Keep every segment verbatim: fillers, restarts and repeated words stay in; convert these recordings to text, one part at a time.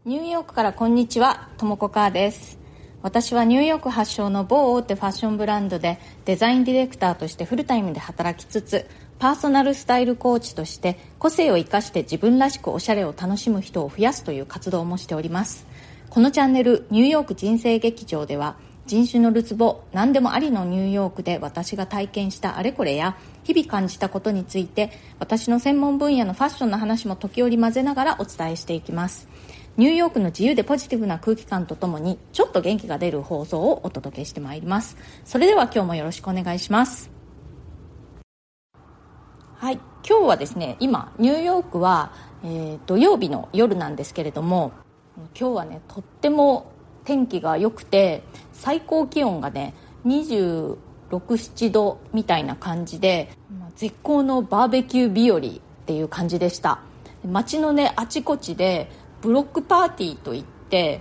ニューヨークからこんにちは、ともこかーです。私はニューヨーク発祥の某大手ファッションブランドでデザインディレクターとしてフルタイムで働きつつ、パーソナルスタイルコーチとして個性を生かして自分らしくおしゃれを楽しむ人を増やすという活動もしております。このチャンネルニューヨーク人生劇場では、人種のるつぼ、何でもありのニューヨークで私が体験したあれこれや日々感じたことについて、私の専門分野のファッションの話も時折混ぜながらお伝えしていきます。ニューヨークの自由でポジティブな空気感とともに、ちょっと元気が出る放送をお届けしてまいります。それでは今日もよろしくお願いします。はい、今日はですね、今ニューヨークは、えー、土曜日の夜なんですけれども、今日はね、とっても天気が良くて、最高気温がねにじゅうろく、ななどみたいな感じで、絶好のバーベキュー日和っていう感じでした。街のね、あちこちでブロックパーティーといって、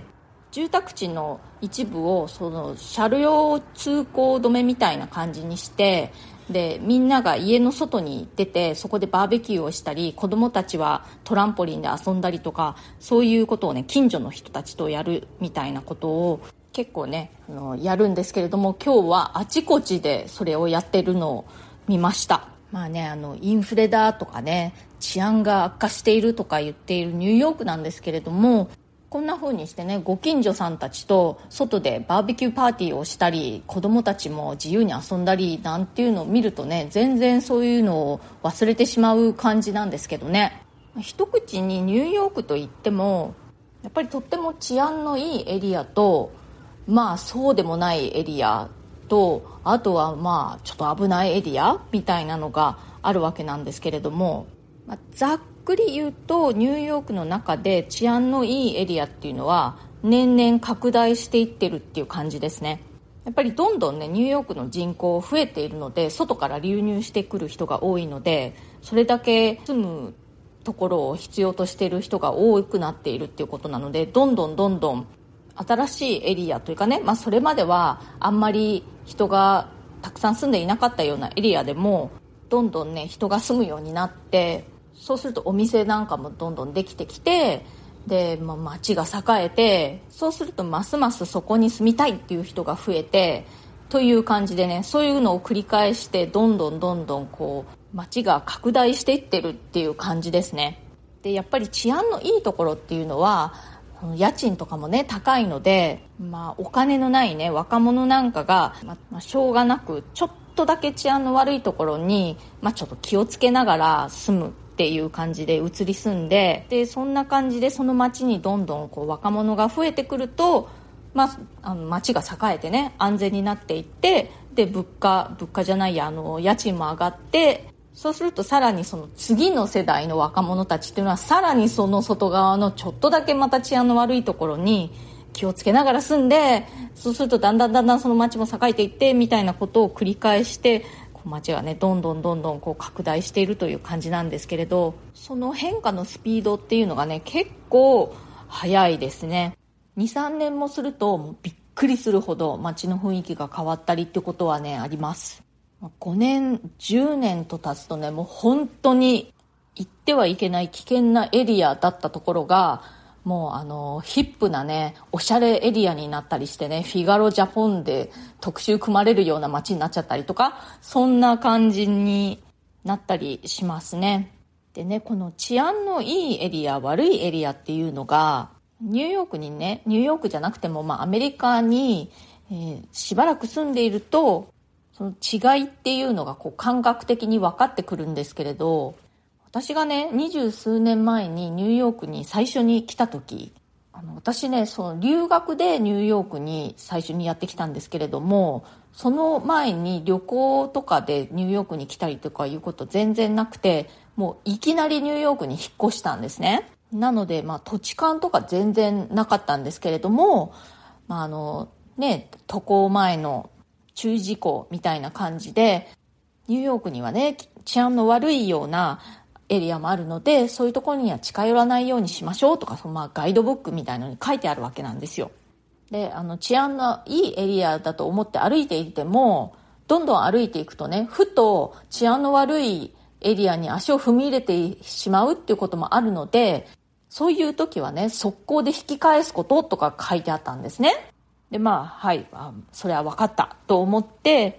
住宅地の一部をその車両通行止めみたいな感じにして、でみんなが家の外に出て、そこでバーベキューをしたり、子供たちはトランポリンで遊んだりとか、そういうことをね、近所の人たちとやるみたいなことを結構ね、あのやるんですけれども、今日はあちこちでそれをやってるのを見ました。まあね、あのインフレだとかね、治安が悪化しているとか言っているニューヨークなんですけれども、こんな風にしてね、ご近所さんたちと外でバーベキューパーティーをしたり、子供たちも自由に遊んだりなんていうのを見るとね、全然そういうのを忘れてしまう感じなんですけどね。一口にニューヨークといっても、やっぱりとっても治安のいいエリアと、まあそうでもないエリアと、あとはまあちょっと危ないエリアみたいなのがあるわけなんですけれども、まあ、ざっくり言うとニューヨークの中で治安のいいエリアっていうのは年々拡大していってるっていう感じですね。やっぱりどんどんね、ニューヨークの人口増えているので、外から流入してくる人が多いので、それだけ住むところを必要としている人が多くなっているっていうことなので、どんどんどんどん新しいエリアというかね、まあ、それまではあんまり人がたくさん住んでいなかったようなエリアでもどんどんね、人が住むようになって、そうするとお店なんかもどんどんできてきて、で、まあ、街が栄えて、そうするとますますそこに住みたいっていう人が増えてという感じでね、そういうのを繰り返して、どんどんどんどんこう街が拡大していってるっていう感じですね。で、やっぱり治安のいいところっていうのは家賃とかもね、高いので、まあ、お金のないね、若者なんかが、まあ、しょうがなくちょっとだけ治安の悪いところに、まあ、ちょっと気をつけながら住むっていう感じで移り住んで、でそんな感じでその街にどんどんこう若者が増えてくると、まあ、あの街が栄えてね、安全になっていって、で物価物価じゃないや、あの家賃も上がって、そうするとさらにその次の世代の若者たちっていうのは、さらにその外側のちょっとだけまた治安の悪いところに気をつけながら住んで、そうするとだんだんだんだんその街も栄えていってみたいなことを繰り返して、こう街がね、どんどんどんどんこう拡大しているという感じなんですけれど、その変化のスピードっていうのがね、結構速いですね。にさんねんもするともうびっくりするほど街の雰囲気が変わったりってことはね、あります。ごねんじゅうねんと経つとね、もう本当に行ってはいけない危険なエリアだったところが、もうあのヒップなね、おしゃれエリアになったりしてね、フィガロジャポンで特集組まれるような街になっちゃったりとか、そんな感じになったりしますね。でね、この治安のいいエリア、悪いエリアっていうのが、ニューヨークにね、ニューヨークじゃなくても、まあアメリカに、えー、しばらく住んでいると、その違いっていうのがこう感覚的に分かってくるんですけれど、私がね、二十数年前にニューヨークに最初に来た時、あの私ね、その留学でニューヨークに最初にやってきたんですけれども、その前に旅行とかでニューヨークに来たりとかいうこと全然なくて、もういきなりニューヨークに引っ越したんですね。なので、まあ、土地勘とか全然なかったんですけれども、まああのね、渡航前の注意事項みたいな感じで、ニューヨークにはね、治安の悪いようなエリアもあるので、そういうところには近寄らないようにしましょうとか、そのまあガイドブックみたいなのに書いてあるわけなんですよ。で、あの治安のいいエリアだと思って歩いていても、どんどん歩いていくとね、ふと治安の悪いエリアに足を踏み入れてしまうっていうこともあるので、 そういう時はね、速攻で引き返すこととか書いてあったんですね。で、まあ、はい、あ、それは分かったと思って、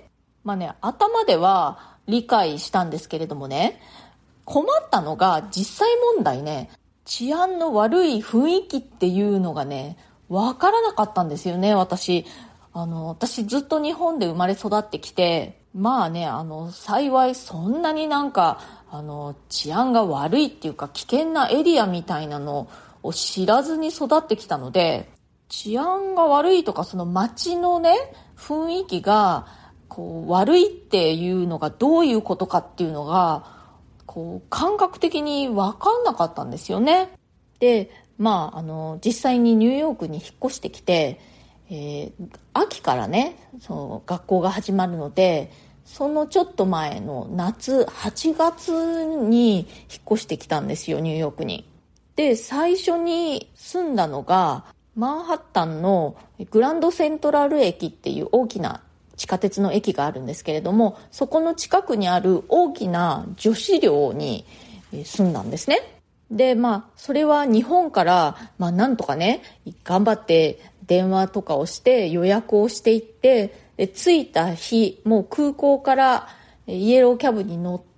まあね、頭では理解したんですけれどもね、困ったのが実際問題ね、治安の悪い雰囲気っていうのがね、分からなかったんですよね、私。あの、私ずっと日本で生まれ育ってきて、まあね、あの、幸いそんなになんか、あの、治安が悪いっていうか危険なエリアみたいなのを知らずに育ってきたので、治安が悪いとかその街のね、雰囲気がこう悪いっていうのがどういうことかっていうのが、こう感覚的に分かんなかったんですよね。で、まあ、あの、実際にニューヨークに引っ越してきて、えー、秋からね、その学校が始まるので、そのちょっと前の夏、はちがつに引っ越してきたんですよ、ニューヨークに。で、最初に住んだのが、マンハッタンのグランドセントラル駅っていう大きな地下鉄の駅があるんですけれども、そこの近くにある大きな女子寮に住んだんですね。で、まあ、それは日本から、まあ、なんとかね、頑張って電話とかをして予約をしていって、で着いた日、もう空港からイエローキャブに乗って、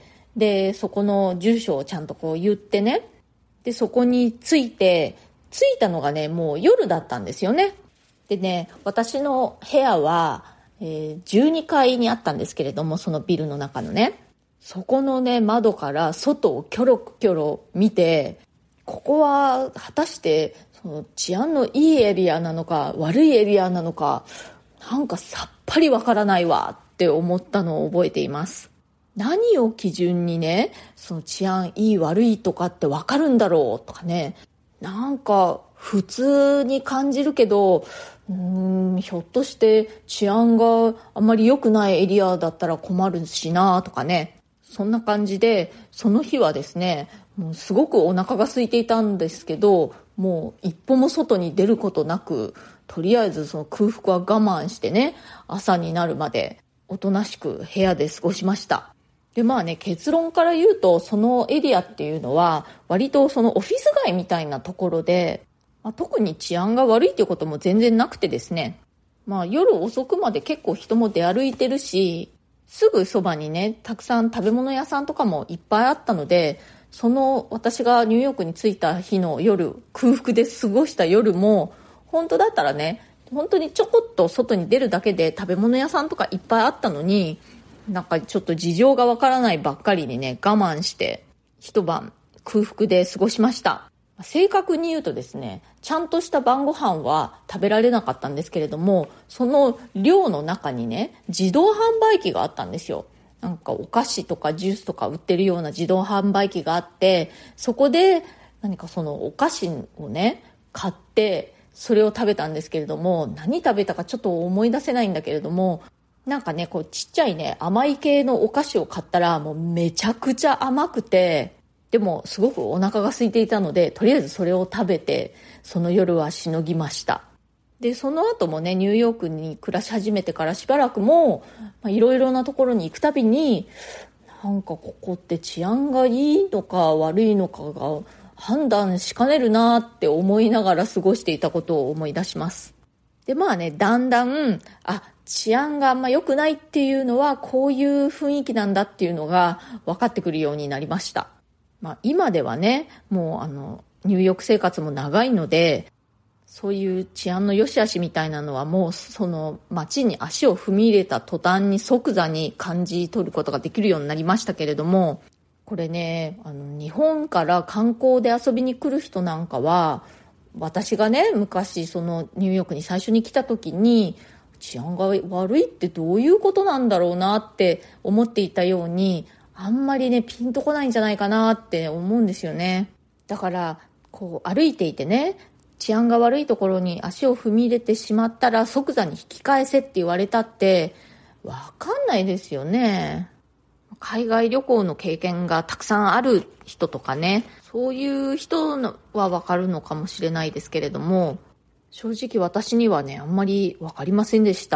で、そこの住所をちゃんとこう言ってね、で、そこに着いて、着いたのがね、もう夜だったんですよね。でね、私の部屋は、えー、じゅうにかいにあったんですけれども、そのビルの中のね、そこのね、窓から外をキョロキョロ見て、ここは果たしてその治安のいいエリアなのか悪いエリアなのか、なんかさっぱりわからないわって思ったのを覚えています。何を基準にね、その治安いい悪いとかってわかるんだろうとかね、なんか普通に感じるけど、うーん、ひょっとして治安があまり良くないエリアだったら困るしなとかね、そんな感じで、その日はですね、もうすごくお腹が空いていたんですけど、もう一歩も外に出ることなく、とりあえずその空腹は我慢してね、朝になるまでおとなしく部屋で過ごしました。で、まあね、結論から言うと、そのエリアっていうのは割とそのオフィス街みたいなところで、まあ、特に治安が悪いっていうことも全然なくてですね、まあ夜遅くまで結構人も出歩いてるし、すぐそばにね、たくさん食べ物屋さんとかもいっぱいあったので、その私がニューヨークに着いた日の夜、空腹で過ごした夜も、本当だったらね、本当にちょこっと外に出るだけで食べ物屋さんとかいっぱいあったのに、なんかちょっと事情がわからないばっかりにね、我慢して一晩空腹で過ごしました。正確に言うとですね、ちゃんとした晩ご飯は食べられなかったんですけれども、その寮の中にね、自動販売機があったんですよ。なんかお菓子とかジュースとか売ってるような自動販売機があって、そこで何かそのお菓子をね、買ってそれを食べたんですけれども、何食べたかちょっと思い出せないんだけれども、なんかね、こうちっちゃいね、甘い系のお菓子を買ったらもうめちゃくちゃ甘くて、でもすごくお腹が空いていたので、とりあえずそれを食べてその夜はしのぎました。で、その後もね、ニューヨークに暮らし始めてからしばらくもいろいろなところに行くたびに、なんかここって治安がいいのか悪いのかが判断しかねるなって思いながら過ごしていたことを思い出します。で、まあね、だんだん、あ、治安があんま良くないっていうのはこういう雰囲気なんだっていうのが分かってくるようになりました。まあ、今ではね、もうあのニューヨーク生活も長いので、そういう治安の良し悪しみたいなのはもうその街に足を踏み入れた途端に即座に感じ取ることができるようになりましたけれども、これね、あの日本から観光で遊びに来る人なんかは、私がね、昔そのニューヨークに最初に来た時に、治安が悪いってどういうことなんだろうなって思っていたように、あんまりね、ピンとこないんじゃないかなって思うんですよね。だからこう歩いていてね、治安が悪いところに足を踏み入れてしまったら即座に引き返せって言われたってわかんないですよね。海外旅行の経験がたくさんある人とかね、そういう人はわかるのかもしれないですけれども、正直私にはね、あんまりわかりませんでした。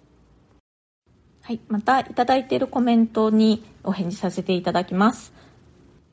はい、またいただいているコメントにお返事させていただきます。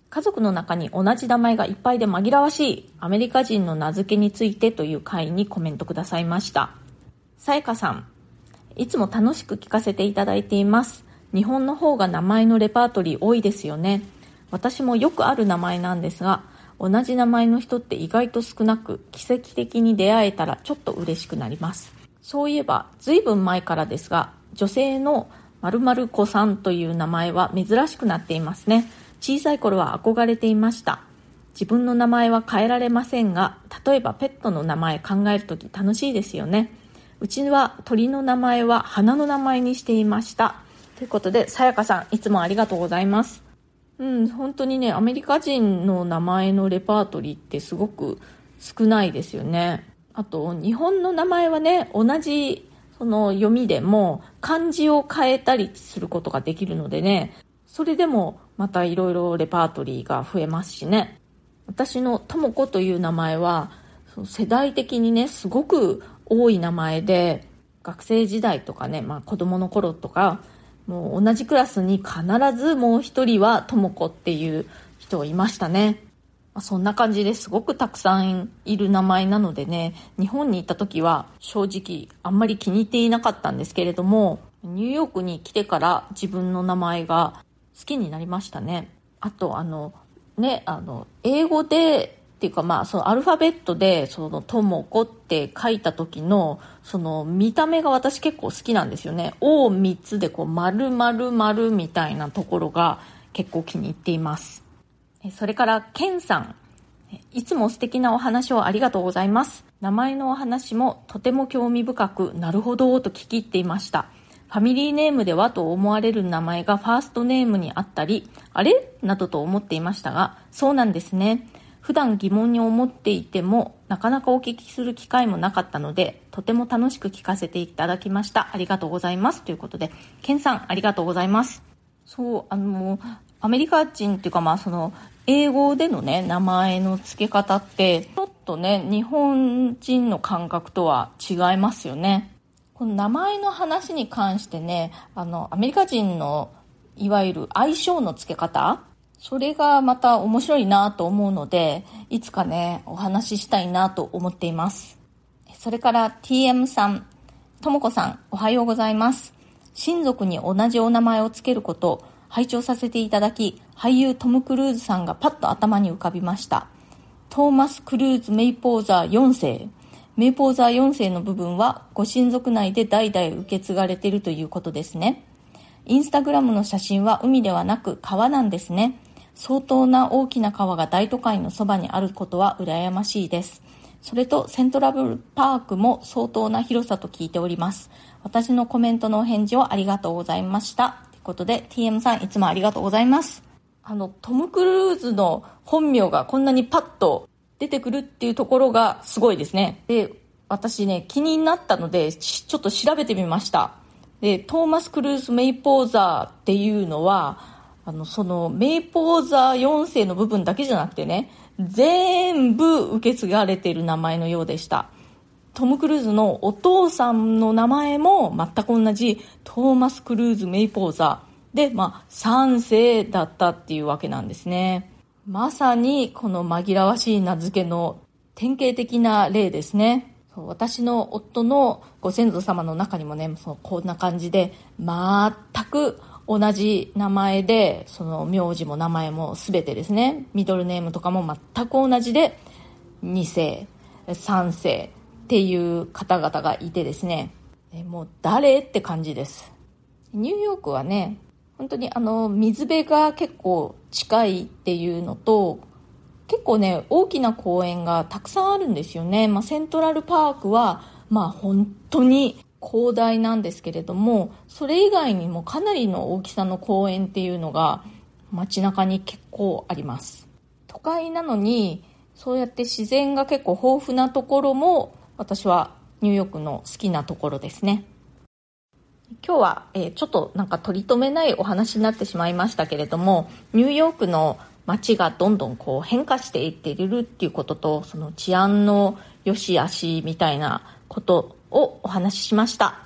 家族の中に同じ名前がいっぱいで紛らわしいアメリカ人の名付けについてという回にコメントくださいました。さやかさん、いつも楽しく聞かせていただいています。日本の方が名前のレパートリー多いですよね。私もよくある名前なんですが、同じ名前の人って意外と少なく、奇跡的に出会えたらちょっと嬉しくなります。そういえば、ずいぶん前からですが、女性の〇〇子さんという名前は珍しくなっていますね。小さい頃は憧れていました。自分の名前は変えられませんが、例えばペットの名前考えるとき楽しいですよね。うちは鳥の名前は花の名前にしていました。ということで、さやかさん、いつもありがとうございます。うん、本当にね、アメリカ人の名前のレパートリーってすごく少ないですよね。あと、日本の名前はね、同じその読みでも漢字を変えたりすることができるのでね、それでもまたいろいろレパートリーが増えますしね。私のとも子という名前は世代的にねすごく多い名前で、学生時代とかね、まあ、子供の頃とかもう同じクラスに必ずもう一人はとも子っていう人いましたね。まあ、そんな感じですごくたくさんいる名前なのでね、日本に行った時は正直あんまり気に入っていなかったんですけれども、ニューヨークに来てから自分の名前が好きになりましたね。あとあのね、あの英語でっていうか、まあそのアルファベットでそのともこって書いた時のその見た目が私結構好きなんですよね。O みっつでこう丸丸丸みたいなところが結構気に入っています。それからケンさん、いつも素敵なお話をありがとうございます。名前のお話もとても興味深く、なるほどと聞き入っていました。ファミリーネームではと思われる名前がファーストネームにあったり、あれなどと思っていましたが、そうなんですね。普段疑問に思っていてもなかなかお聞きする機会もなかったので、とても楽しく聞かせていただきました。ありがとうございます。ということで、ケンさんありがとうございます。そう、あのアメリカ人っていうか、まあその英語でのね名前の付け方ってちょっとね日本人の感覚とは違いますよね。この名前の話に関してね、あのアメリカ人のいわゆる愛称の付け方、それがまた面白いなと思うので、いつかねお話ししたいなと思っています。それから ティーエム さん、ともこさん、おはようございます。親族に同じお名前を付けること拝聴させていただき、俳優トム・クルーズさんがパッと頭に浮かびました。トーマス・クルーズ・メイポーザーよんせい、メイポーザーよんせいの部分はご親族内で代々受け継がれているということですね。インスタグラムの写真は海ではなく川なんですね。相当な大きな川が大都会のそばにあることは羨ましいです。それとセントラルパークも相当な広さと聞いております。私のコメントのお返事をありがとうございました。ということで ティーエム さん、いつもありがとうございます。あのトム・クルーズの本名がこんなにパッと出てくるっていうところがすごいですね。で、私ね気になったのでちょっと調べてみました。で、トーマス・クルーズ・メイポーザーっていうのはあのそのメイポーザーよんせいの部分だけじゃなくてね、全部受け継がれている名前のようでした。トム・クルーズのお父さんの名前も全く同じトーマス・クルーズ・メイポーザーで、まあ、さんせいだったっていうわけなんですね。まさにこの紛らわしい名付けの典型的な例ですね。そう、私の夫のご先祖様の中にもね、そうこんな感じで全く同じ名前で、その名字も名前も全てですね、ミドルネームとかも全く同じでにせいさんせいっていう方々がいてですね、もう誰って感じです。ニューヨークはね、本当にあの水辺が結構近いっていうのと、結構ね大きな公園がたくさんあるんですよね。まあ、セントラルパークはまあ本当に広大なんですけれども、それ以外にもかなりの大きさの公園っていうのが街中に結構あります。都会なのにそうやって自然が結構豊富なところも私はニューヨークの好きなところですね。今日は、えー、ちょっとなんか取り留めないお話になってしまいましたけれども、ニューヨークの街がどんどんこう変化していっているっていうことと、その治安の良し悪しみたいなことをお話ししました。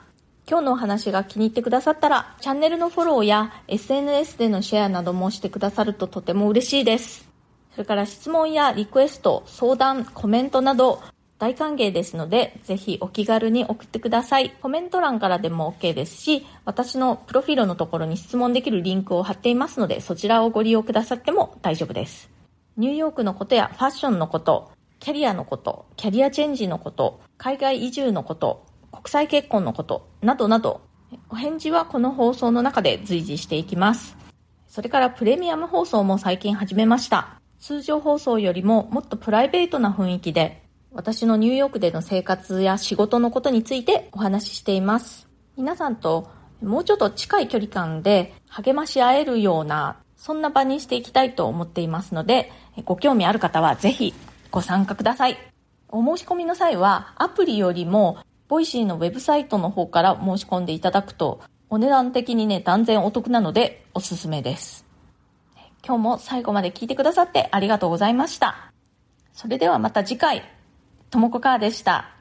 今日のお話が気に入ってくださったら、チャンネルのフォローや エスエヌエス でのシェアなどもしてくださるととても嬉しいです。それから質問やリクエスト、相談、コメントなど大歓迎ですので、ぜひお気軽に送ってください。コメント欄からでも OK ですし、私のプロフィールのところに質問できるリンクを貼っていますので、そちらをご利用くださっても大丈夫です。ニューヨークのことやファッションのこと、キャリアのこと、キャリアチェンジのこと、海外移住のこと、国際結婚のことなどなど、お返事はこの放送の中で随時していきます。それからプレミアム放送も最近始めました。通常放送よりももっとプライベートな雰囲気で、私のニューヨークでの生活や仕事のことについてお話ししています。皆さんともうちょっと近い距離感で励まし合えるような、そんな場にしていきたいと思っていますので、ご興味ある方はぜひご参加ください。お申し込みの際はアプリよりもボイシーのウェブサイトの方から申し込んでいただくと、お値段的にね、断然お得なのでおすすめです。今日も最後まで聞いてくださってありがとうございました。それではまた次回、ともこかーでした。